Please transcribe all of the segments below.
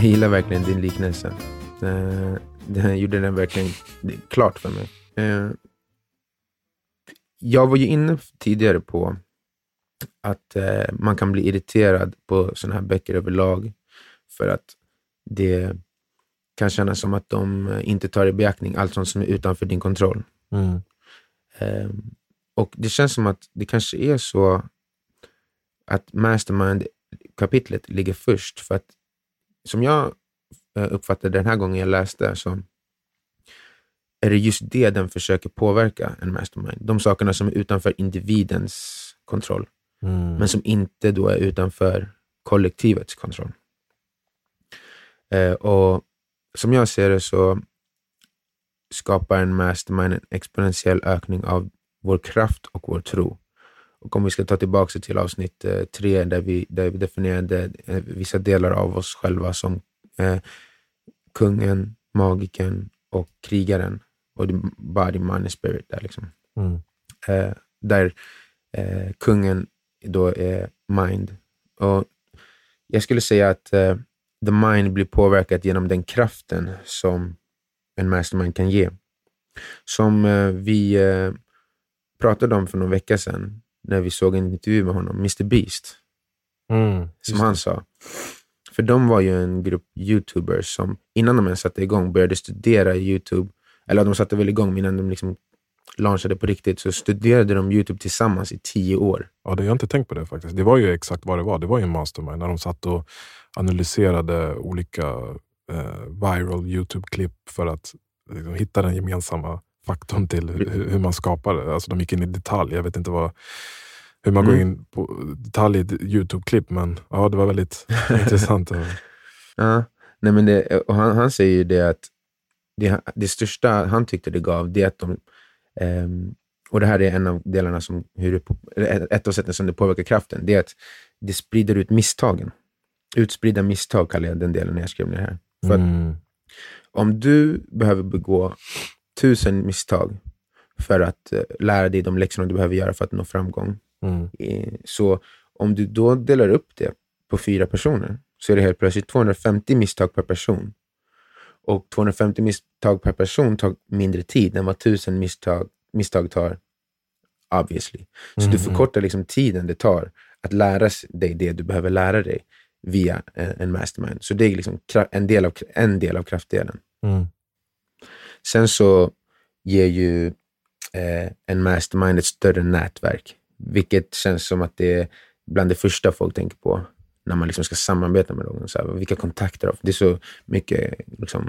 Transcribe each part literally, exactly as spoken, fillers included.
jag gillar verkligen din liknelse. Uh, det gjorde den verkligen klart för mig. Uh, jag var ju inne tidigare på att uh, man kan bli irriterad på såna här böcker överlag för att det kan kännas som att de inte tar i beaktning allt sånt som är utanför din kontroll. Mm. Uh, och det känns som att det kanske är så att Mastermind-kapitlet ligger först, för att som jag uppfattade den här gången jag läste, så är det just det den försöker påverka en mastermind. De sakerna som är utanför individens kontroll. Mm. Men som inte då är utanför kollektivets kontroll. Eh, och som jag ser det så skapar en mastermind en exponentiell ökning av vår kraft och vår tro. Och om vi ska ta tillbaka till avsnitt eh, tre där vi, där vi definierade eh, vissa delar av oss själva som eh, kungen, magiken och krigaren och body, mind, spirit där liksom. Mm. Eh, där eh, kungen då är mind. Och jag skulle säga att eh, the mind blir påverkat genom den kraften som en mastermind kan ge. Som eh, vi eh, pratade om för någon vecka sedan när vi såg en intervju med honom, mister Beast. Mm, som han sa. För de var ju en grupp YouTubers som innan de ens satte igång började studera YouTube. Eller de satte väl igång, men innan de liksom launchade på riktigt så studerade de YouTube tillsammans i tio år. Ja, det, jag har inte tänkt på det faktiskt. Det var ju exakt vad det var. Det var ju en mastermind när de satt och analyserade olika eh, viral YouTube-klipp för att liksom, hitta den gemensamma faktorn till hur, hur man skapar det. Alltså de gick in i detalj. Jag vet inte vad, hur man mm. går in på detalj i ett YouTube-klipp, men ja, det var väldigt intressant. Ja, nej men det, och han, han säger ju det att det, det största han tyckte det gav, det är att de um, och det här är en av delarna som hur det, ett av sätten som det påverkar kraften, det är att det sprider ut misstagen. Utspridda misstag kallar jag den delen när jag skrev det här. För mm. att om du behöver begå tusen misstag för att uh, lära dig de läxorna du behöver göra för att nå framgång, mm. eh, så om du då delar upp det på fyra personer så är det helt plötsligt tvåhundrafemtio misstag per person. Och tvåhundrafemtio misstag per person tar mindre tid än vad tusen misstag, misstag tar, obviously. Så mm. du förkortar liksom tiden det tar att lära dig det du behöver lära dig via en, en mastermind. Så det är liksom en del av, en del av kraftdelen. Mm. Sen så ger ju eh, en mastermind ett större nätverk. Vilket känns som att det är bland det första folk tänker på när man liksom ska samarbeta med någon. Så här, vilka kontakter har. Det är så mycket liksom,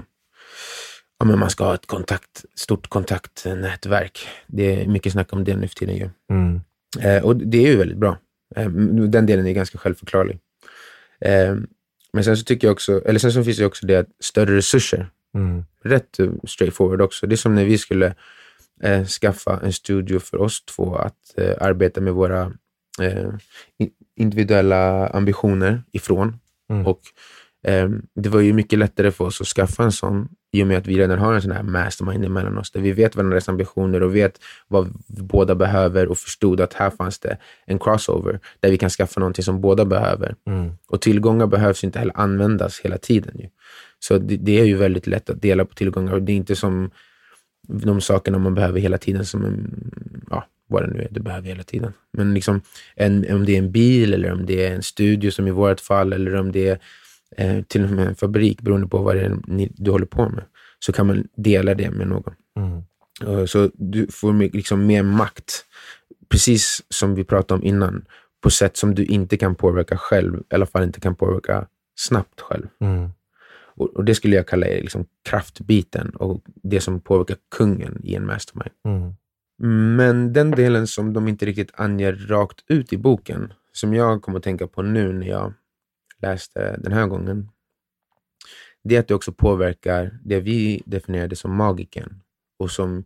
ja, men man ska ha ett kontakt, stort kontaktnätverk. Det är mycket snack om det nu för tiden ju. Mm. Eh, och det är ju väldigt bra. Eh, den delen är ganska självförklarlig. Eh, men sen så tycker jag också, eller sen så finns det också det att större resurser. Mm. Rätt straightforward också. Det är som när vi skulle eh, skaffa en studio för oss två att eh, arbeta med våra eh, individuella ambitioner ifrån. Mm. Och eh, det var ju mycket lättare för oss att skaffa en sån i och med att vi redan har en sån här mastermind mellan oss där vi vet varandras ambitioner och vet vad vi båda behöver och förstod att här fanns det en crossover där vi kan skaffa någonting som båda behöver. Mm. Och tillgångar behövs inte heller användas hela tiden ju. Så det, det är ju väldigt lätt att dela på tillgångar. Det är inte som de sakerna man behöver hela tiden som en, ja, vad det nu är du behöver hela tiden. Men liksom en, om det är en bil eller om det är en studio som i vårt fall eller om det är eh, till och med en fabrik beroende på vad det är ni, du håller på med, så kan man dela det med någon. Mm. Uh, så du får liksom mer makt, precis som vi pratade om innan, på sätt som du inte kan påverka själv, i alla fall inte kan påverka snabbt själv. Mm. Och, och det skulle jag kalla liksom kraftbiten och det som påverkar kungen i en mastermind. Mm. Men den delen som de inte riktigt anger rakt ut i boken, som jag kommer att tänka på nu när jag läste den här gången, det är att det också påverkar det vi definierade som magiken och som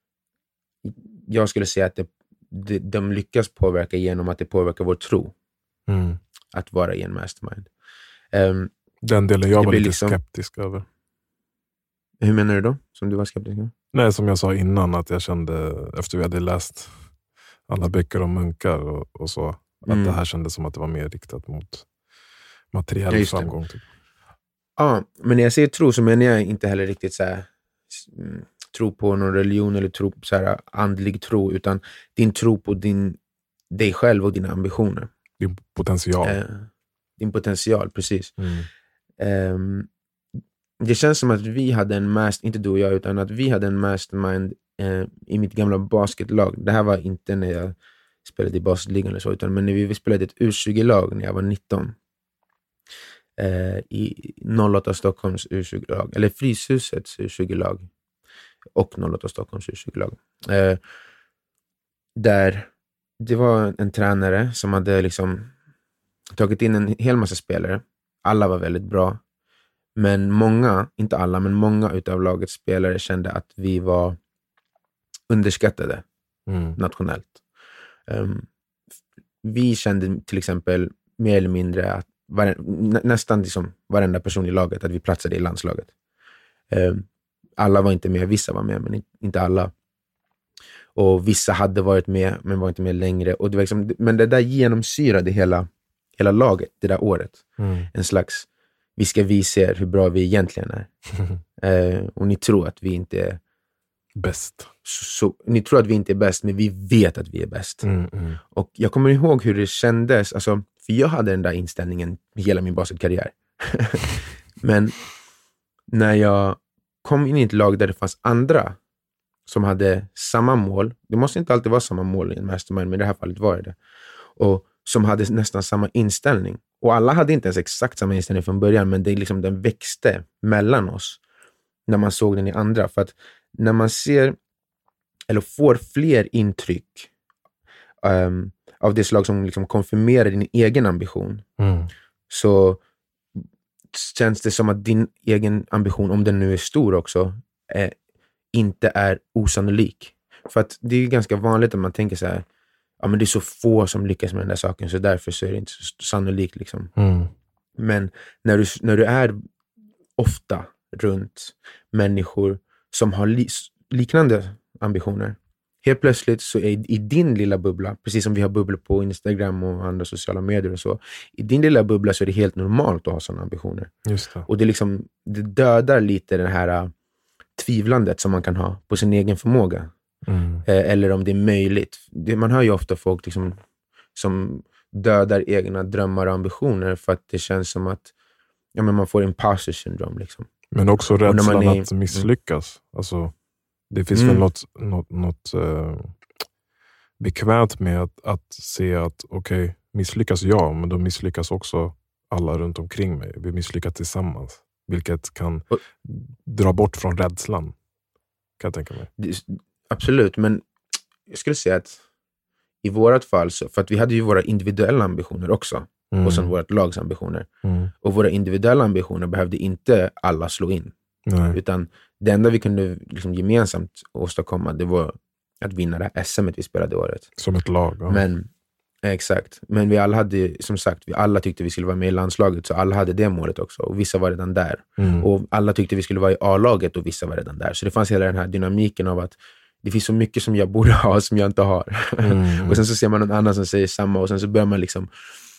jag skulle säga att det, det, de lyckas påverka genom att det påverkar vår tro mm. att vara i en mastermind. Um, Den delen jag var lite liksom skeptisk över. Hur menar du då? Som du var skeptisk över? Nej, som jag sa innan, att jag kände efter vi hade läst alla böcker om munkar och, och så, att mm. det här kändes som att det var mer riktat mot materiell ja, framgång. Typ. Ja, men när jag säger tro så menar jag inte heller riktigt så här, mm, tro på någon religion eller tro på så här andlig tro, utan din tro på din, dig själv och dina ambitioner. Din potential. Eh, din potential, precis. Mm. Eh, det känns som att vi hade en master, inte du och jag, utan att vi hade en mastermind eh, i mitt gamla basketlag. Det här var inte när jag spelade i basketligan eller så, utan men när vi, vi spelade ett U tjugo-lag när jag var nitton. Eh, I noll åtta Stockholms U tjugo-lag, eller Fryshusets U tjugo-lag och noll åtta Stockholms U tjugo-lag. Eh, där det var en tränare som hade liksom tagit in en hel massa spelare. Alla var väldigt bra. Men många, inte alla, men många utav lagets spelare kände att vi var underskattade mm. nationellt. Um, vi kände till exempel mer eller mindre att var, nä, nästan liksom varenda person i laget att vi platsade i landslaget. Um, alla var inte med, vissa var med, men inte alla. Och vissa hade varit med, men var inte med längre. Och det var liksom, men det där genomsyrade hela, hela laget det där året. Mm. En slags, vi ska visa er hur bra vi egentligen är. uh, och ni tror att vi inte är bäst. Så, så, ni tror att vi inte är bäst, men vi vet att vi är bäst. Mm, mm. Och jag kommer ihåg hur det kändes. Alltså, för jag hade den där inställningen hela min basketkarriär. Men när jag kom in i ett lag där det fanns andra som hade samma mål. Det måste inte alltid vara samma mål i en mastermind, men i det här fallet var det. Och som hade nästan samma inställning. Och alla hade inte ens exakt samma inställning från början, men det liksom, den växte mellan oss när man såg den i andra. För att när man ser eller får fler intryck um, av det slag som liksom konfirmerar din egen ambition, mm. så känns det som att din egen ambition, om den nu är stor också, är, inte är osannolik. För att det är ganska vanligt att man tänker så här, ja men det är så få som lyckas med den där saken, så därför så är det inte så sannolikt liksom. Mm. Men när du, när du är ofta runt människor som har li, liknande ambitioner, helt plötsligt så är i din lilla bubbla, precis som vi har bubblor på Instagram och andra sociala medier och så, i din lilla bubbla så är det helt normalt att ha sådana ambitioner. Just det. Och det liksom, det dödar lite det här uh, tvivlandet som man kan ha på sin egen förmåga. Mm. Eh, eller om det är möjligt. Det, man hör ju ofta folk liksom, som dödar egna drömmar och ambitioner för att det känns som att ja, men man får imposter syndrome liksom. Men också rädslan är, att misslyckas. Mm. Alltså, det finns mm. väl något, något, något eh, bekvämt med att, att se att okej, okay, misslyckas jag, men då misslyckas också alla runt omkring mig. Vi misslyckas tillsammans. Vilket kan och, dra bort från rädslan. Kan jag tänka mig. Det, absolut, men jag skulle säga att i vårat fall, så, för att vi hade ju våra individuella ambitioner också. Mm. Och sen vårt lags ambitioner. Mm. Och våra individuella ambitioner behövde inte alla slå in. Nej. Utan det enda vi kunde liksom gemensamt åstadkomma, det var att vinna det här S M-et vi spelade året. Som ett lag. Ja. Men, exakt. Men vi alla hade, som sagt, vi alla tyckte vi skulle vara med i landslaget, så alla hade det målet också. Och vissa var redan där. Mm. Och alla tyckte vi skulle vara i A-laget och vissa var redan där. Så det fanns hela den här dynamiken av att det finns så mycket som jag borde ha som jag inte har. Mm. Och sen så ser man någon annan som säger samma och sen så börjar man liksom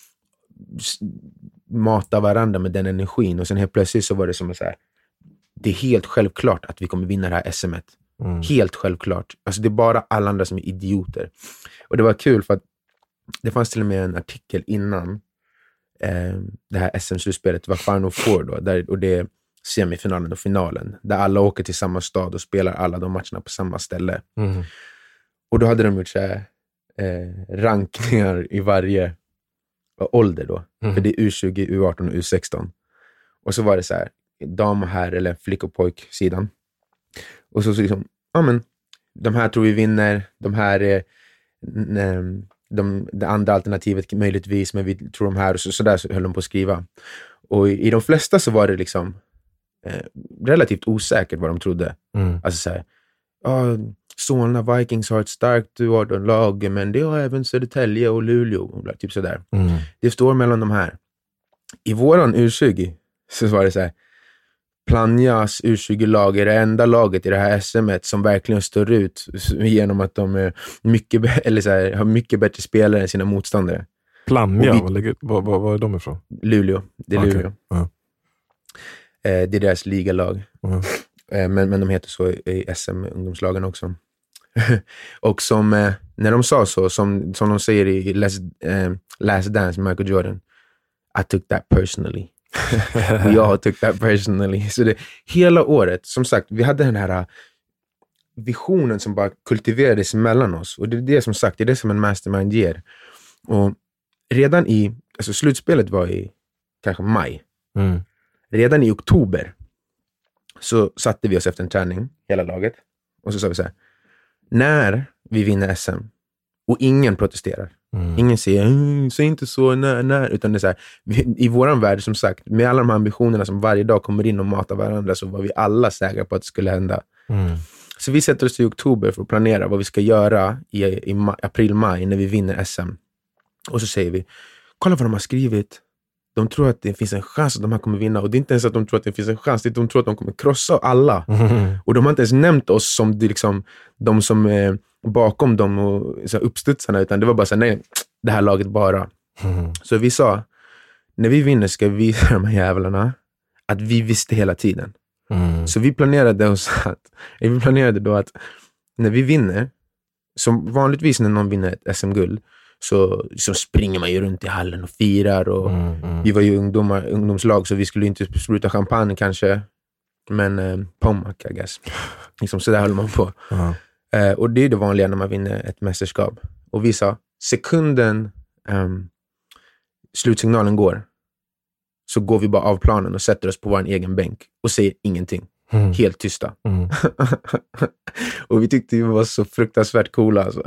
mata varandra med den energin. Och sen helt plötsligt så var det som att så här, det är helt självklart att vi kommer vinna det här S M-et. Mm. Helt självklart. Alltså det är bara alla andra som är idioter. Och det var kul för att det fanns till och med en artikel innan eh, det här S M-slutspelet var Final Four då, där, och det är semifinalen och finalen, där alla åker till samma stad och spelar alla de matcherna på samma ställe. Mm. Och då hade de gjort så här, eh, rankningar i varje ålder då. Mm. För det är U tjugo, U arton och U sexton. Och så var det så här, dam och herr eller flick och pojk sidan. Och så, så liksom, ja men de här tror vi vinner, de här är de, de, det andra alternativet möjligtvis, men vi tror de här, och så, så där så höll de på att skriva. Och i, i de flesta så var det liksom eh, relativt osäkert vad de trodde. Mm. Alltså så här, ja, Solna Vikings har ett starkt U arton-lag, men det har även Södertälje och Luleå, typ sådär. Mm. Det står mellan de här. I våran U tjugo så var det så här, Planjas U tjugo-lag är det enda laget i det här S M-et som verkligen står ut genom att de är mycket, eller så här, har mycket bättre spelare än sina motståndare. Plannja? Vi, vad, vad, vad är de ifrån? Luleå. Det är okay. Luleå. Uh. Eh, det är deras ligalag. Mm. Eh, men, men de heter så i S M-ungdomslagen också. Och som, eh, när de sa så, som, som de säger i Last, eh, Last Dance med Michael Jordan, I took that personally. We all took that personally. Så det, hela året, som sagt, vi hade den här visionen som bara kultiverades mellan oss. Och det är det som sagt, det är det som en mastermind ger. Och redan i, alltså slutspelet var i kanske maj. Mm. Redan i oktober så satte vi oss efter en träning, hela laget. Och så sa vi så här, när vi vinner S M och ingen protesterar. Mm. Ingen säger, mm, säg inte så, när, när. Utan det är så här, vi, i våran värld som sagt, med alla de här ambitionerna som varje dag kommer in och matar varandra, så var vi alla säkra på att det skulle hända. Mm. Så vi sätter oss i oktober för att planera vad vi ska göra i, i ma- april-maj när vi vinner S M. Och så säger vi, kolla vad de har skrivit. De tror att det finns en chans att de här kommer vinna. Och det är inte ens att de tror att det finns en chans. Det är att de tror att de kommer krossa alla. Mm. Och de har inte ens nämnt oss som det liksom, de som är bakom dem och så här, uppstudsarna. Utan det var bara så här, nej, det här laget bara. Mm. Så vi sa, när vi vinner ska vi visa de här jävlarna att vi visste hela tiden. Mm. Så vi planerade oss att, vi planerade då att när vi vinner, som vanligtvis när någon vinner ett S M-guld, så, så springer man ju runt i hallen och firar. Och mm, mm. Vi var ju ungdomar, ungdomslag, så vi skulle inte spruta champagne kanske. Men eh, Pommac, I guess. Liksom, så där håller man på. Mm. Eh, och det är det vanliga när man vinner ett mästerskap. Och vi sa, sekunden um, slutsignalen går, så går vi bara av planen och sätter oss på vår egen bänk och säger ingenting. Mm. Helt tysta. Mm. Och vi tyckte vi var så fruktansvärt coola. Alltså.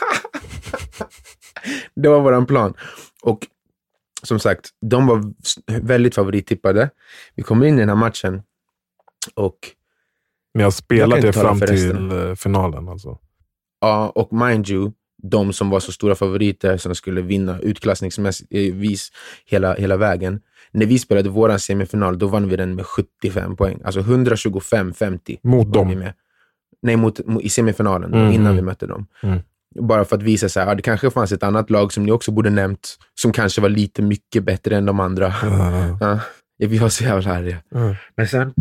Det var våran plan. Och som sagt, de var väldigt favorittippade. Vi kommer in i den här matchen och men jag spelade det fram till finalen alltså. Ja, och mind you, de som var så stora favoriter som skulle vinna utklassningsvis hela, hela vägen. När vi spelade våran semifinal, då vann vi den med sjuttiofem poäng. Alltså etthundratjugofem femtio. Mot dem? Med. Nej, mot, mot, i semifinalen, mm. innan vi mötte dem. Mm. Bara för att visa sig, ja, det kanske fanns ett annat lag som ni också borde nämnt, som kanske var lite mycket bättre än de andra. Mm. Ja, vi var så jävla härliga. Mm. Men sen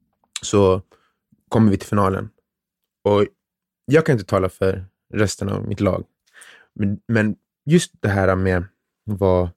så kommer vi till finalen. Och jag kan inte tala för resten av mitt lag. Men, men just det här med vad,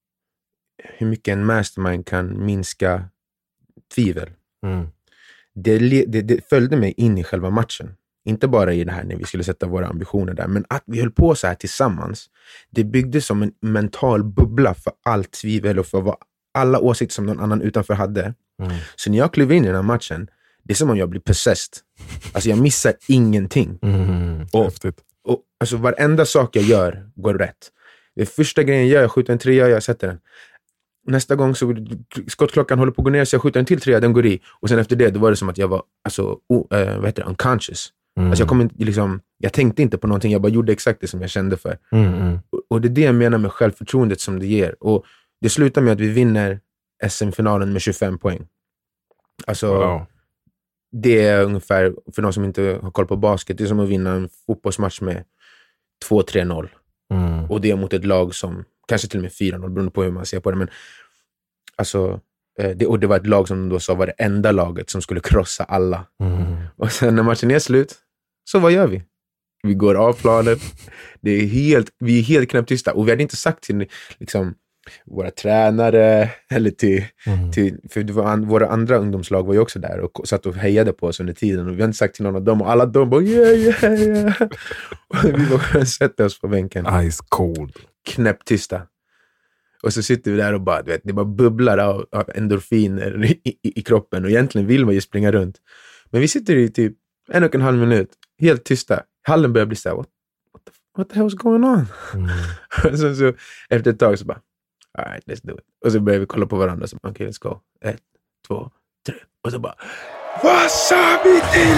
hur mycket en mastermind kan minska tvivel. Mm. Det, det, det följde mig in i själva matchen. Inte bara i det här när vi skulle sätta våra ambitioner där, men att vi höll på så här tillsammans, det byggde som en mental bubbla för allt tvivel och för vad alla åsikter som någon annan utanför hade. Mm. Så när jag klev in i den här matchen, det är som om jag blir possessed. Alltså jag missar ingenting. Mm, och, och alltså varenda sak jag gör går rätt. Det första grejen jag gör, jag skjuter en trea, jag sätter den. Nästa gång så skottklockan håller på att gå ner, så jag skjuter en till trea, den går i. Och sen efter det, då var det som att jag var alltså, oh, uh, vad heter det, unconscious. Mm. Alltså jag, kom inte, liksom, jag tänkte inte på någonting, jag bara gjorde exakt det som jag kände för. Mm, mm. Och, och det är det jag menar med självförtroendet som det ger. Och det slutar med att vi vinner S M-finalen med tjugofem poäng. Alltså, wow. Det är ungefär, för de som inte har koll på basket, det är som att vinna en fotbollsmatch med två tre noll. Mm. Och det är mot ett lag som, kanske till och med fyra noll, beroende på hur man ser på det. Men alltså, det, och det var ett lag som då sa var det enda laget som skulle krossa alla. Mm. Och sen när matchen är slut, så vad gör vi? Vi går av planen. Det är helt, vi är helt knäpptysta. Och vi hade inte sagt till liksom, våra tränare eller till, mm. till för det var, våra andra ungdomslag var ju också där och satt och hejade på oss under tiden. Och vi hade inte sagt till någon av dem, och alla de bara yeah, yeah, yeah. Och vi bara sätta oss på bänken. Ice cold. Knäpptysta. Och så sitter vi där och bara, du vet, det bara bubblar av, av endorfiner i, i, i kroppen. Och egentligen vill man ju springa runt. Men vi sitter i typ en och en halv minut, helt tysta. Hallen börjar bli så här, what, what, the, what the hell's going on? Mm. Och så, så efter ett tag så bara, all right, let's do it. Och så börjar vi kolla på varandra. Så okej, okay, let's go. Ett, två, tre. Och så bara, vad sa vi till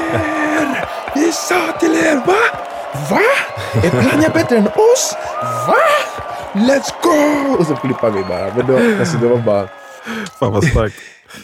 er? Vi sa till er, va? Va? Är Plannja bättre än oss? Va? Let's go! Och så flippar vi bara. Men då, alltså det var bara... Fan vad starkt.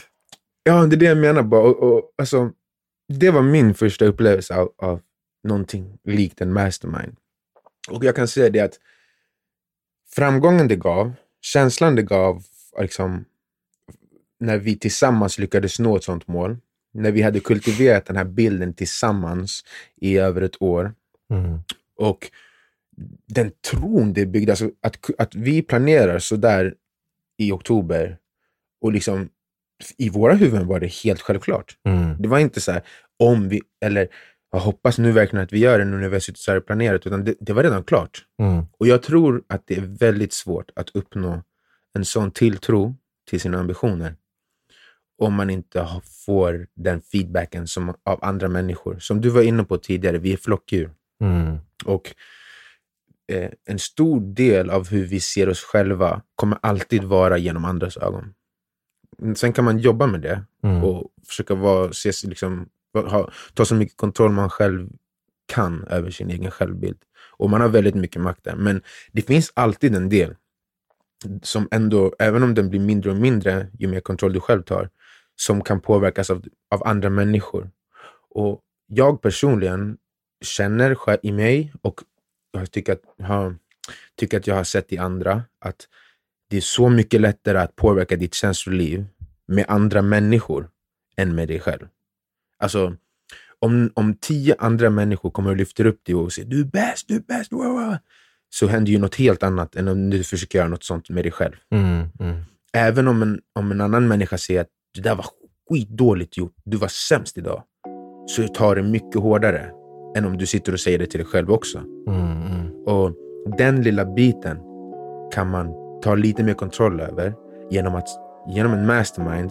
Ja, det är det jag menar bara. Och, och, alltså, det var min första upplevelse av, av någonting likt en mastermind. Och jag kan säga det att framgången det gav, känslan det gav, liksom, när vi tillsammans lyckades nå ett sånt mål, när vi hade kultiverat den här bilden tillsammans i över ett år, mm. och den tron det byggde, alltså att, att vi planerar så där i oktober, och liksom i våra huvuden var det helt självklart. Mm. Det var inte så här, om vi, eller jag hoppas nu verkligen att vi gör det nu när vi har suttit så här planerat, utan det, det var redan klart. Mm. Och jag tror att det är väldigt svårt att uppnå en sån tilltro till sina ambitioner om man inte får den feedbacken som, av andra människor. Som du var inne på tidigare, vi är flockdjur. Mm. Och eh, en stor del av hur vi ser oss själva kommer alltid vara genom andras ögon. Sen kan man jobba med det mm. och försöka vara, se, liksom, ha, ta så mycket kontroll man själv kan över sin egen självbild. Och man har väldigt mycket makt där. Men det finns alltid en del som ändå, även om den blir mindre och mindre ju mer kontroll du själv tar, som kan påverkas av, av andra människor. Och jag personligen känner i mig, och jag tycker att, har, tycker att jag har sett i andra, att det är så mycket lättare att påverka ditt känsloliv med andra människor än med dig själv. Alltså, om, om tio andra människor kommer och lyfter upp dig och säger du är bäst, du är bäst, wow, wow, så händer ju något helt annat än om du försöker göra något sånt med dig själv. Mm, mm. Även om en, om en annan människa säger att det där var skitdåligt gjort, du var sämst idag, så tar det mycket hårdare än om du sitter och säger det till dig själv också. Mm, mm. Och den lilla biten kan man ta lite mer kontroll över genom att genom en mastermind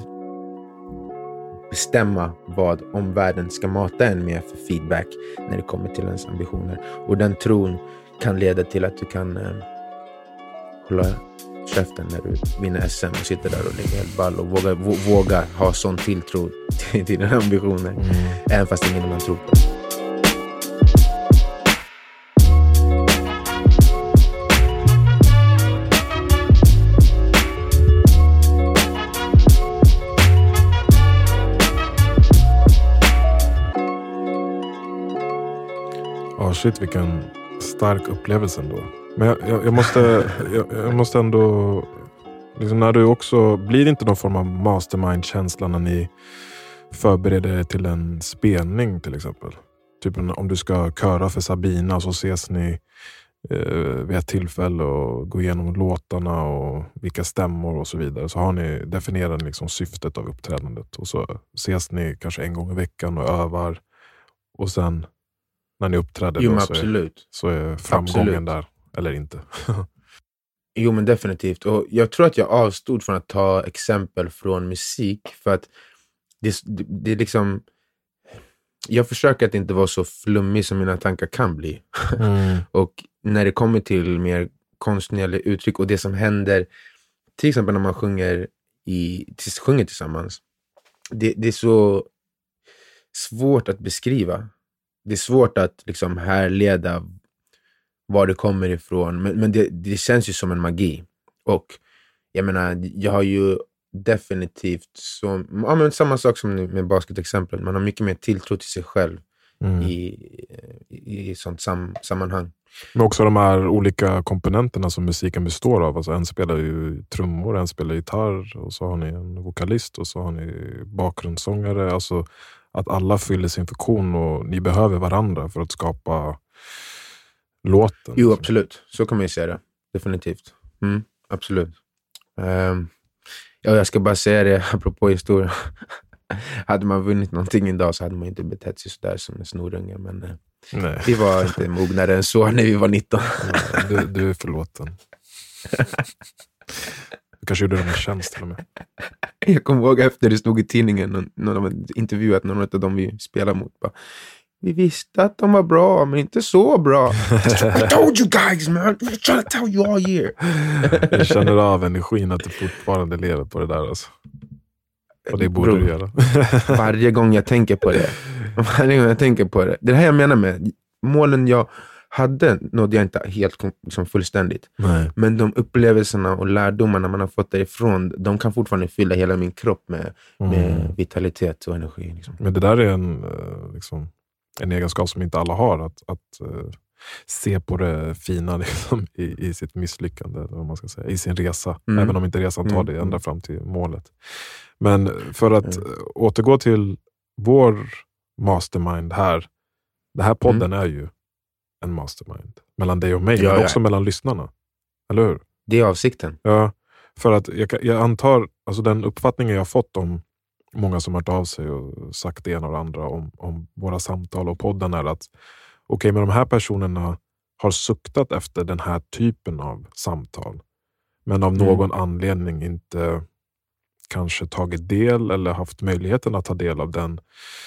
bestämma vad omvärlden ska mata en med för feedback när det kommer till ens ambitioner. Och den tron kan leda till att du kan eh, hålla käften när du vinner S M och sitter där och lägger helt ball och våga, våga ha sån tilltro till, till dina ambitioner. Mm. Även fast ingen man tror på. Ja, shit, vilken stark upplevelse ändå. Men jag, jag, jag, måste, jag, jag måste ändå... Liksom när du också... Blir det inte någon form av mastermind-känsla när ni förbereder er till en spelning till exempel? Typ om du ska köra för Sabina så ses ni eh, vid ett tillfälle och går igenom låtarna och vilka stämmor och så vidare. Så har ni definierat liksom syftet av uppträdandet. Och så ses ni kanske en gång i veckan och övar. Och sen... När ni uppträder jo, då, så, absolut. Är, så är framgången absolut. Där, eller inte. Jo, men definitivt. Och jag tror att jag avstod från att ta exempel från musik. För att det, det, det är liksom... Jag försöker att inte vara så flummig som mina tankar kan bli. Mm. Och när det kommer till mer konstnärliga uttryck och det som händer, till exempel när man sjunger, i, sjunger tillsammans. Det, det är så svårt att beskriva. Det är svårt att liksom härleda var det kommer ifrån. Men, men det, det känns ju som en magi. Och jag menar, jag har ju definitivt så, ja, men samma sak som med basketexemplet. Man har mycket mer tilltro till sig själv mm. i, i, i sånt sam, sammanhang. Men också de här olika komponenterna som musiken består av. Alltså en spelar ju trummor, en spelar gitarr och så har ni en vokalist och så har ni bakgrundssångare. Alltså att alla fyller sin funktion och ni behöver varandra för att skapa låten. Jo, absolut. Så kan man ju säga det. Definitivt. Mm, absolut. Um, ja, jag ska bara säga det apropå historia. Hade man vunnit någonting idag så hade man inte betett sig sådär som en snorunge. Men nej. Vi var inte mognare än så när vi var nitton. Nej, du, du är förlåten. Du kanske gjorde dem en tjänst till och med. Jag kommer ihåg efter det stod i tidningen när de hade intervjuat någon av dem vi spelar mot. Bara, vi visste att de var bra, men inte så bra. I told you guys, man. I'm trying to tell you all year. Jag känner av energin att du fortfarande lever på det där. Alltså. Och det borde Bro, du göra. Varje gång jag tänker på det. Varje gång jag tänker på det. Det här jag menar med målen jag hade nådde jag inte helt liksom fullständigt. Nej. Men de upplevelserna och lärdomarna man har fått därifrån, de kan fortfarande fylla hela min kropp med, mm. med vitalitet och energi. Liksom. Men det där är en, liksom, en egenskap som inte alla har. Att, att se på det fina liksom, i, i sitt misslyckande, vad man ska säga, i sin resa. Mm. Även om inte resan tar det Mm. ända fram till målet. Men för att Mm. återgå till vår mastermind här. Det här podden är ju en mastermind. Mellan dig och mig, Ja, men ja. också mellan lyssnarna. Eller hur? Det är avsikten. Ja, för att jag, jag antar, alltså den uppfattningen jag har fått om många som har hört av sig och sagt det ena och det andra om, om våra samtal och podden är att okej, okay, men de här personerna har suktat efter den här typen av samtal. Men av Mm. någon anledning inte kanske tagit del eller haft möjligheten att ta del av den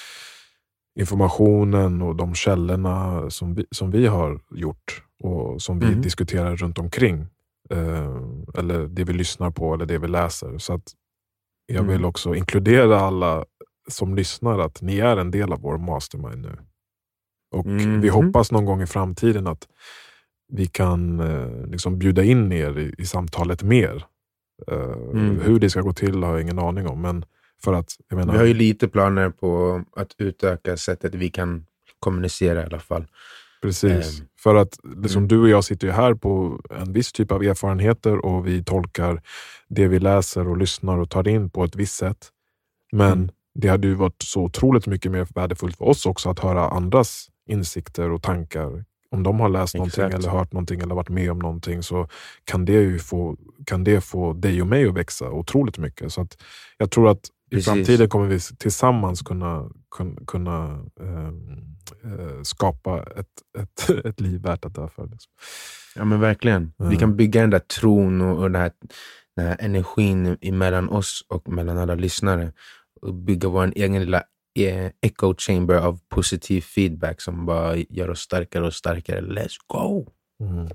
informationen och de källorna som vi, som vi har gjort och som vi Mm. diskuterar runt omkring. Eh, eller det vi lyssnar på eller det vi läser. Så att jag Mm. vill också inkludera alla som lyssnar att ni är en del av vår mastermind nu. Och Mm. vi hoppas någon gång i framtiden att vi kan eh, liksom bjuda in er i, i samtalet mer. Eh, Mm. Hur det ska gå till har jag ingen aning om. Men för att, jag menar, Vi har ju lite planer på att utöka sättet vi kan kommunicera i alla fall. precis. Um, för att liksom, mm. du och jag sitter ju här på en viss typ av erfarenheter och vi tolkar det vi läser och lyssnar och tar in på ett visst sätt. Men Mm. det hade ju varit så otroligt mycket mer värdefullt för oss också att höra andras insikter och tankar. Om de har läst Exakt. någonting eller hört någonting eller varit med om någonting så kan det ju få, kan det få dig och mig att växa otroligt mycket. Så att jag tror att i Precis. framtiden kommer vi tillsammans kunna, kunna, kunna eh, eh, skapa ett, ett, ett liv värt att dö för. Liksom. Ja, men verkligen. Mm. Vi kan bygga den där tron och, och den, här, den här energin mellan oss och mellan alla lyssnare. Och bygga vår egen lilla eh, echo chamber av positiv feedback som bara gör oss starkare och starkare. Let's go! Mm.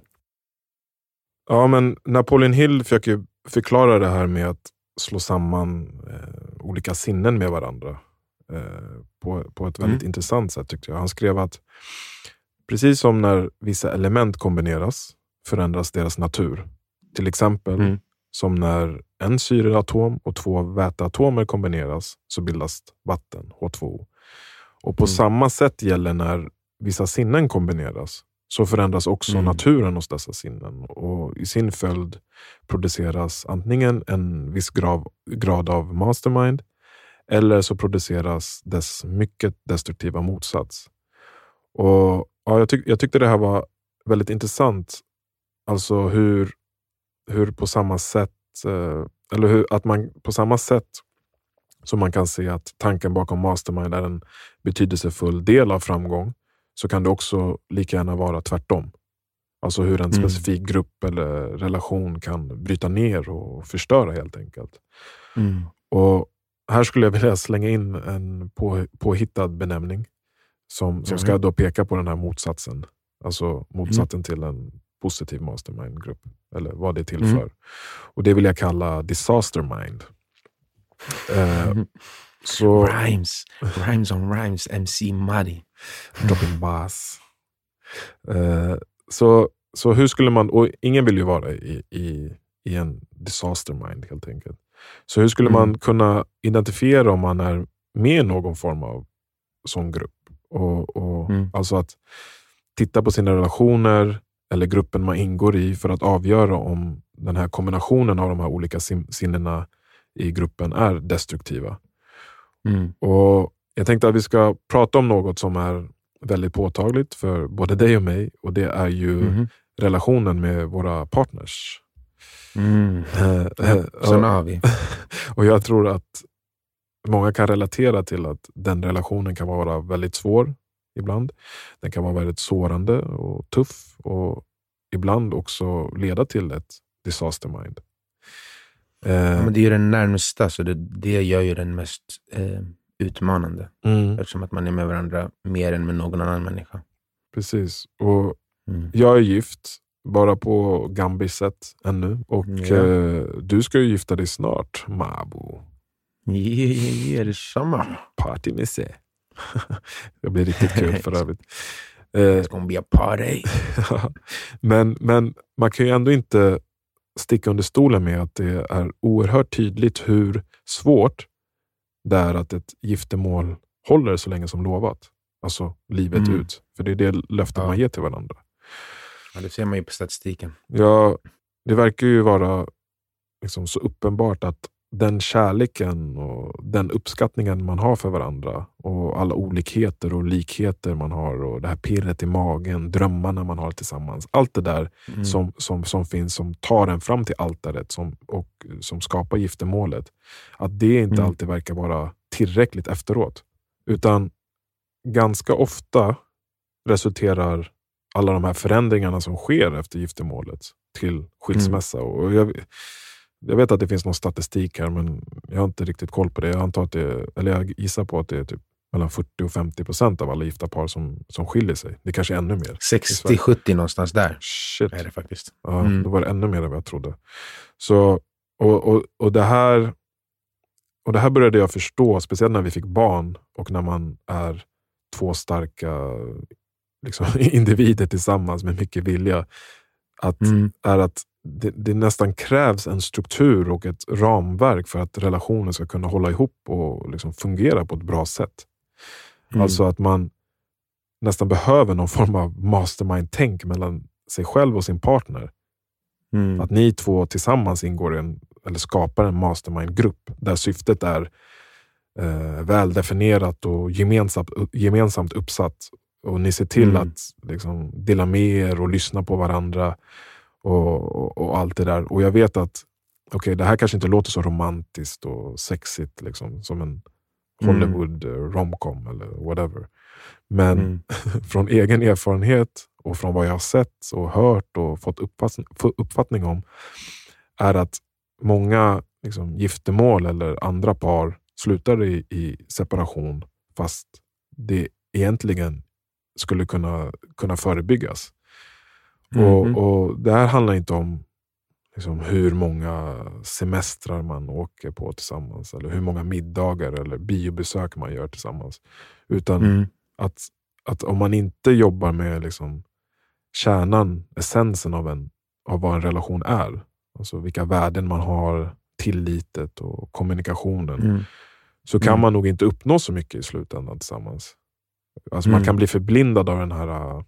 Ja, men Napoleon Hill försöker förklara det här med att slå samman eh, olika sinnen med varandra eh, på, på ett väldigt Mm. intressant sätt tyckte jag. Han skrev att precis som när vissa element kombineras förändras deras natur. Till exempel Mm. som när en syreatom och två väteatomer kombineras så bildas vatten, H två O. Och på Mm. samma sätt gäller när vissa sinnen kombineras så förändras också Mm. naturen hos dessa sinnen. Och i sin följd produceras antingen en viss grad, grad av mastermind eller så produceras dess mycket destruktiva motsats. Och ja, jag, tyck, jag tyckte det här var väldigt intressant. Alltså hur, hur på samma sätt eh, eller hur, att man på samma sätt som man kan se att tanken bakom mastermind är en betydelsefull del av framgång så kan det också lika gärna vara tvärtom. Alltså hur en Mm. specifik grupp eller relation kan bryta ner och förstöra helt enkelt. Mm. Och här skulle jag vilja slänga in en på, påhittad benämning som, som Mm. ska då peka på den här motsatsen. Alltså motsatsen mm. till en positiv mastermind-grupp. Eller vad det är till Mm. för. Och det vill jag kalla disaster mind. Eh, Mm. så, Rhymes. Rhymes on rhymes. M C Muddy. dropping bass. Eh, så, så hur skulle man, och ingen vill ju vara i, i, i en disaster mind helt enkelt. Så hur skulle Mm. man kunna identifiera om man är med i någon form av sån grupp? Och, och Mm. Alltså att titta på sina relationer eller gruppen man ingår i för att avgöra om den här kombinationen av de här olika sim- sinnena i gruppen är destruktiva. Mm. Och jag tänkte att vi ska prata om något som är väldigt påtagligt för både dig och mig, och det är ju Mm. relationen med våra partners. Mm. Eh, Sådana har vi. Och jag tror att många kan relatera till att den relationen kan vara väldigt svår ibland. Den kan vara väldigt sårande och tuff och ibland också leda till ett disaster mind. Eh, Ja, men det är ju den närmsta, så det, det gör ju den mest eh, utmanande. mm, Eftersom att man är med varandra mer än med någon annan människa. precis. Och Mm. jag är gift, bara på Gambis sätt ännu. Och Ja. eh, du ska ju gifta dig snart, Mabo. Yeah, yeah, yeah, det är samma. Party med sig. Det blir riktigt kul för övrigt. Eh, It's gonna be a party. men, men man kan ju ändå inte sticka under stolen med att det är oerhört tydligt hur svårt det är att ett giftermål håller så länge som lovat. Alltså livet Mm. ut. För det är det löftet Ja. man ger till varandra. Ja, det ser man ju på statistiken. Ja, det verkar ju vara liksom så uppenbart att den kärleken och den uppskattningen man har för varandra och alla olikheter och likheter man har och det här pirret i magen, drömmarna man har tillsammans, allt det där mm. som, som, som finns, som tar en fram till altaret som, och som skapar giftermålet, att det inte mm. alltid verkar vara tillräckligt efteråt, utan ganska ofta resulterar alla de här förändringarna som sker efter giftermålet till skilsmässa. Mm. Och jag, jag vet att det finns någon statistik här, men jag har inte riktigt koll på det. Jag antar att det, eller jag gissar på att det är typ mellan fyrtio och femtio procent av alla gifta par som, som skiljer sig. Det är kanske ännu mer. sextio till sjuttio någonstans där. Shit. Är det faktiskt. Ja, mm. Då var det ännu mer än vad jag trodde. Så, och, och, och det här och det här började jag förstå, speciellt när vi fick barn och när man är två starka liksom, individer tillsammans med mycket vilja, att, mm. är att det, det nästan krävs en struktur och ett ramverk för att relationen ska kunna hålla ihop och liksom fungera på ett bra sätt. Mm. Alltså att man nästan behöver någon form av mastermind-tänk mellan sig själv och sin partner. Mm. Att ni två tillsammans ingår i en, eller skapar en mastermind-grupp där syftet är eh, väldefinierat och gemensamt, gemensamt uppsatt. Och ni ser till mm. att liksom, dela med er och lyssna på varandra och, och, och allt det där. Och jag vet att okay, det här kanske inte låter så romantiskt och sexigt liksom, som en Hollywood mm. romcom eller whatever. Men mm. från egen erfarenhet och från vad jag har sett och hört och fått uppfattning, uppfattning om är att många liksom, giftermål eller andra par slutar i, i separation fast det egentligen skulle kunna, kunna förebyggas. Mm. Och, och det här handlar inte om liksom, hur många semestrar man åker på tillsammans eller hur många middagar eller biobesök man gör tillsammans. Utan mm. att, att om man inte jobbar med liksom, kärnan, essensen av, en, av vad en relation är, alltså vilka värden man har, tillitet och kommunikationen, mm. så kan mm. man nog inte uppnå så mycket i slutändan tillsammans. Alltså mm. man kan bli förblindad av den här uh,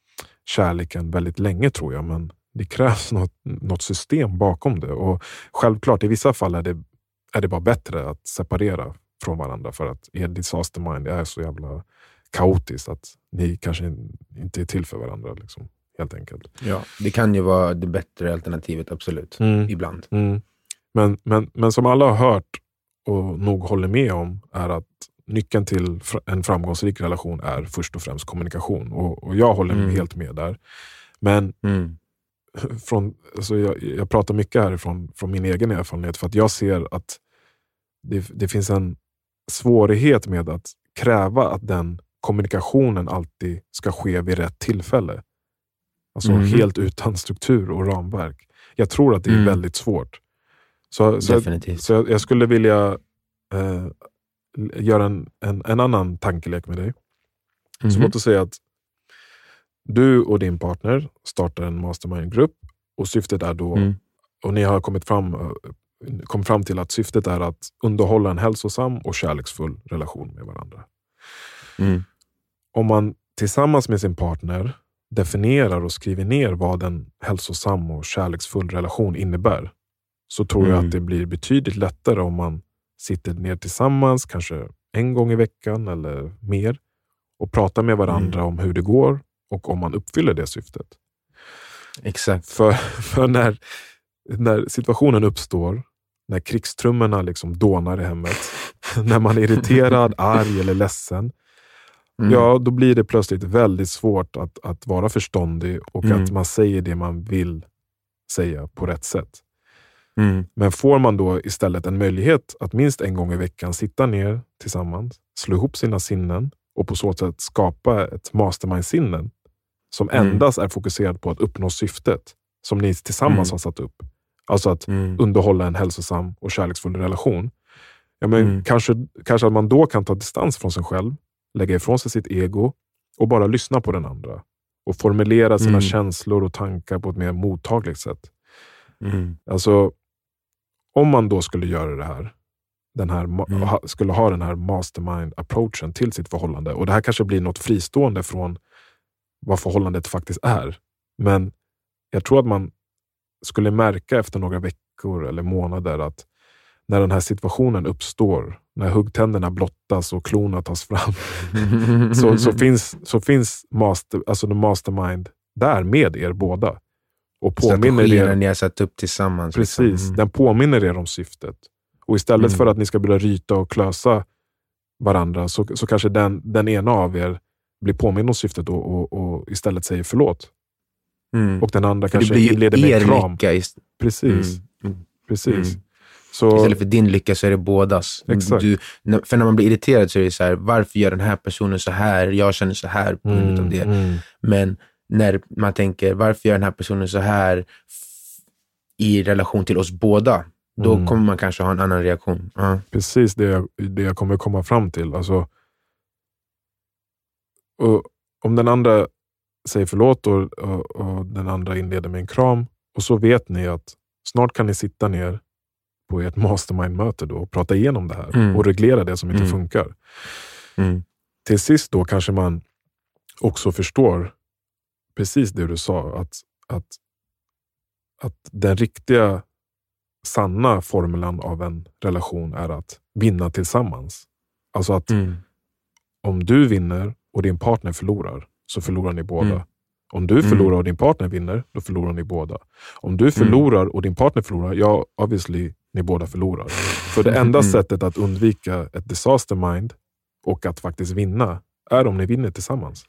kärleken väldigt länge tror jag, men det krävs något, något system bakom det. Och självklart i vissa fall är det, är det bara bättre att separera från varandra för att er disaster mind är så jävla kaotiskt att ni kanske inte är till för varandra liksom, helt enkelt. Ja, det kan ju vara det bättre alternativet, absolut. Mm. Ibland. Mm. Men, men, men som alla har hört och nog håller med om är att nyckeln till en framgångsrik relation är först och främst kommunikation. Och, och jag håller mm. helt med där. Men mm. från, alltså jag, jag pratar mycket härifrån från min egen erfarenhet för att jag ser att det, det finns en svårighet med att kräva att den kommunikationen alltid ska ske vid rätt tillfälle. Alltså mm. helt utan struktur och ramverk. Jag tror att det är mm. väldigt svårt. Så, så, jag, så jag, jag skulle vilja eh, göra en, en, en annan tankelek med dig. Mm. Så låt oss säga att du och din partner startar en mastermind-grupp och syftet är då, mm. och ni har kommit fram, kommit fram till att syftet är att underhålla en hälsosam och kärleksfull relation med varandra. Mm. Om man tillsammans med sin partner definierar och skriver ner vad en hälsosam och kärleksfull relation innebär, så tror mm. jag att det blir betydligt lättare om man sitter ner tillsammans, kanske en gång i veckan eller mer, och pratar med varandra mm. om hur det går och om man uppfyller det syftet. Exakt. För, för när, när situationen uppstår, när krigstrummorna liksom dånar i hemmet, när man är irriterad, arg eller ledsen, mm. ja, då blir det plötsligt väldigt svårt att, att vara förståndig och mm. att man säger det man vill säga på rätt sätt. Mm. Men får man då istället en möjlighet att minst en gång i veckan sitta ner tillsammans, slå ihop sina sinnen och på så sätt skapa ett mastermind-sinnen som mm. endast är fokuserad på att uppnå syftet som ni tillsammans mm. har satt upp. Alltså att mm. underhålla en hälsosam och kärleksfull relation. Ja, men mm. kanske, kanske att man då kan ta distans från sig själv, lägga ifrån sig sitt ego och bara lyssna på den andra. Och formulera sina mm. känslor och tankar på ett mer mottagligt sätt. Mm. Alltså, om man då skulle göra det här, den här mm. ha, skulle ha den här mastermind-approachen till sitt förhållande, och det här kanske blir något fristående från vad förhållandet faktiskt är. Men jag tror att man skulle märka efter några veckor eller månader att när den här situationen uppstår, när huggtänderna blottas och klorna tas fram, så, så finns, så finns master, alltså the mastermind där med er båda. Och påminner er, ni har satt upp tillsammans. Precis, liksom. mm. den påminner er om syftet. Och istället Mm. för att ni ska börja ryta och klösa varandra så, så kanske den, den ena av er blir påminn om syftet och, och, och istället säger förlåt. Mm. Och den andra För kanske det blir inleder ju med er en kram. lycka ist- Precis. Mm. Mm. Precis. Mm. Så, Istället för din lycka så är det bådas. Exakt. Du, när- för när man blir irriterad så är det så här, varför gör den här personen så här? Jag känner så här på grund av mm, det. mm, Men när man tänker, varför gör den här personen så här f- i relation till oss båda? Då Mm. kommer man kanske ha en annan reaktion. Ja. precis det jag, det jag kommer komma fram till. Alltså, och om den andra säger förlåt och, och, och den andra inleder med en kram, och så vet ni att snart kan ni sitta ner på ert mastermind-möte då och prata igenom det här Mm. och reglera det som inte Mm. funkar. Mm. Till sist då kanske man också förstår precis det du sa, att, att, att den riktiga sanna formulan av en relation är att vinna tillsammans. Alltså att Mm. om du vinner och din partner förlorar, så förlorar ni båda. Mm. Om du förlorar och din partner vinner, då förlorar ni båda. Om du förlorar och din partner förlorar, ja, obviously, ni båda förlorar. För det enda Mm. sättet att undvika ett disaster mind och att faktiskt vinna är om ni vinner tillsammans.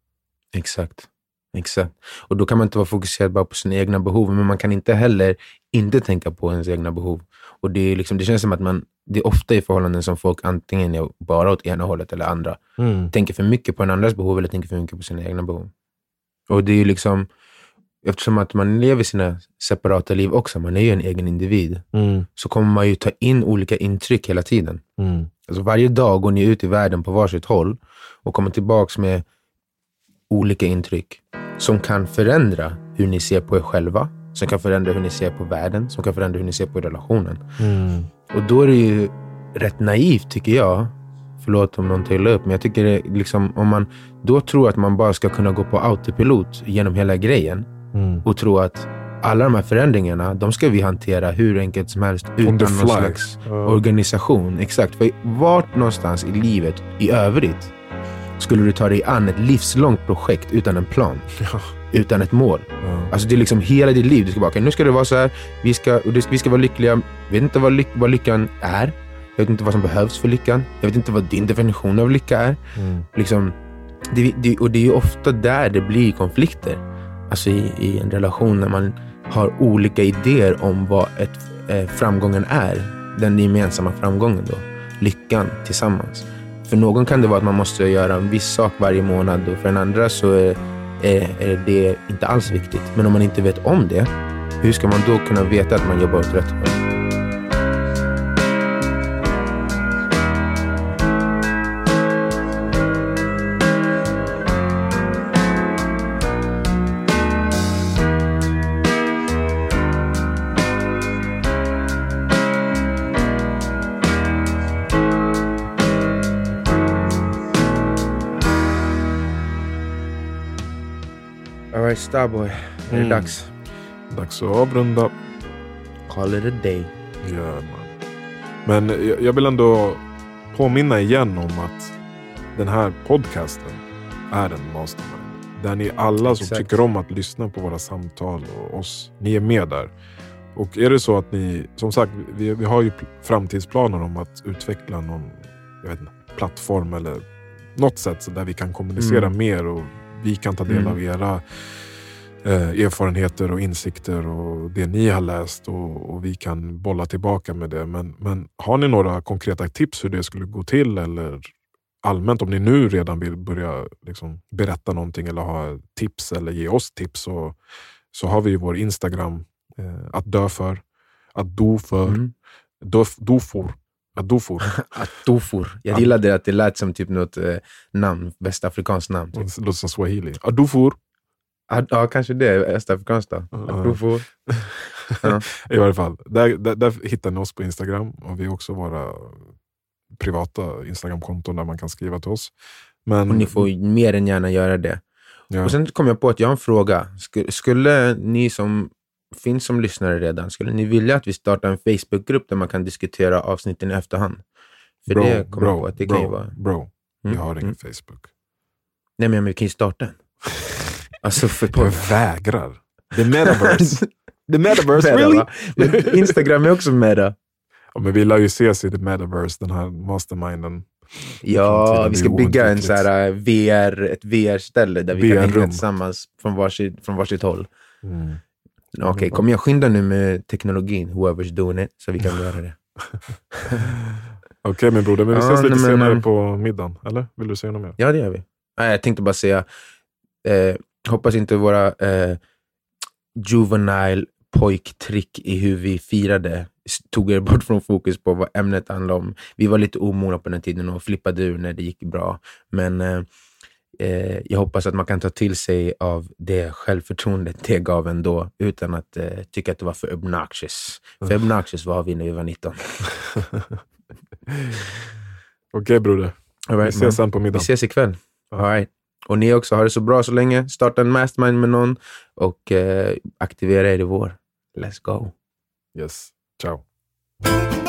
Exakt. Exakt. Och då kan man inte vara fokuserad bara på sina egna behov, men man kan inte heller inte tänka på ens egna behov. Och det är liksom, det känns som att man, det är ofta i förhållanden som folk antingen är bara åt ena hållet eller andra. Mm. Tänker för mycket på en andras behov eller tänker för mycket på sina egna behov. Och det är ju liksom, eftersom att man lever sina separata liv också, man är ju en egen individ, Mm. så kommer man ju ta in olika intryck hela tiden. Mm. Alltså varje dag går ni ut i världen på varsitt håll och kommer tillbaks med olika intryck som kan förändra hur ni ser på er själva, som kan förändra hur ni ser på världen, som kan förändra hur ni ser på relationen. Mm. Och då är det ju rätt naivt, tycker jag. Förlåt om någon tar upp, men jag tycker det liksom, om man då tror att man bara ska kunna gå på autopilot genom hela grejen Mm. och tro att alla de här förändringarna, de ska vi hantera hur enkelt som helst On utan the någon fly. slags Ja. organisation. Exakt, för vart någonstans i livet i övrigt skulle du ta dig an ett livslångt projekt utan en plan, Ja. utan ett mål? Ja. Alltså det är liksom hela ditt liv. Du ska bara, okay, nu ska det vara så här, vi ska, och det, vi ska vara lyckliga. Jag vet inte vad, lyck, vad lyckan är. Jag vet inte vad som behövs för lyckan. Jag vet inte vad din definition av lycka är. Mm. Liksom, det, det, och det är ju ofta där det blir konflikter. Alltså i, i en relation när man har olika idéer om vad ett, eh, framgången är. Den gemensamma framgången då. Lyckan tillsammans. För någon kan det vara att man måste göra en viss sak varje månad, och för en andra så är, är, är det inte alls viktigt. Men om man inte vet om det, hur ska man då kunna veta att man jobbar åt rätt håll? Alright, Starboy. Är det Mm. dags? Dags att avrunda. Call it a day. Ja, man. Men jag, jag vill ändå påminna igen om att den här podcasten är en mastermind. Där ni alla som Exakt. tycker om att lyssna på våra samtal och oss, ni är med där. Och är det så att ni, som sagt, vi, vi har ju pl- framtidsplaner om att utveckla någon, jag vet inte, plattform eller något sätt så där vi kan kommunicera Mm. mer och vi kan ta del Mm. av era eh, erfarenheter och insikter och det ni har läst och, och vi kan bolla tillbaka med det. Men, men har ni några konkreta tips hur det skulle gå till, eller allmänt om ni nu redan vill börja liksom berätta någonting eller ha tips eller ge oss tips, så, så har vi ju vår Instagram, eh, att dö för, att do för, Mm. do, do for, att do for. Atofor. Jag Att- gillade att det lät som typ något eh, namn, västafrikanskt namn. Typ. Det låter som swahili. Att do for. Ah, ja, kanske det är västafrikanskt då. Ja. Atofor. Ja. I varje fall, där, där, där hittar ni oss på Instagram och vi har också våra privata Instagramkonton där man kan skriva till oss. Men Och ni får mer än gärna göra det. Ja. Och sen kom jag på att jag har en fråga. Skulle, skulle ni som finns som lyssnare redan, skulle ni vilja att vi startar en Facebookgrupp där man kan diskutera avsnitten i efterhand? För bro, det kommer bro, på att det bro, kan ju vara... Bro, vi mm. har ingen mm. Facebook. Nej, men vi kan ju starta en. Alltså för jag vägrar. The metaverse. The metaverse, meta, really? Men Instagram är också meta. Ja, men vi lär ju ses i the metaverse, den här masterminden. Ja, vi ska bygga en så här V R, ett V R-ställe där vi kan hänga tillsammans från varsitt, från varsitt håll. Mm. Okej, okay, kom jag skynda nu med teknologin, whoever's doing it, så vi kan göra det. Okej, okay, men broder, men vi ses ja, lite men, senare men, på middagen, eller? Vill du säga något mer? Ja, det gör vi. Nej, jag tänkte bara säga, eh, hoppas inte våra eh, juvenile pojktrick i hur vi firade tog er bort från fokus på vad ämnet handlade om. Vi var lite omogna på den tiden och flippade ur när det gick bra. Men eh, eh, jag hoppas att man kan ta till sig av det självförtroendet det gav ändå utan att eh, tycka att det var för obnoxious. Mm. För obnoxious var vi när vi var nitton. Okej, okay, broder. All right, vi ses man. Sen på middag. Vi ses ikväll. All right. Och ni också, har det så bra så länge. Starta en mastermind med någon och eh, aktivera er i vår. Let's go. Yes. Ciao.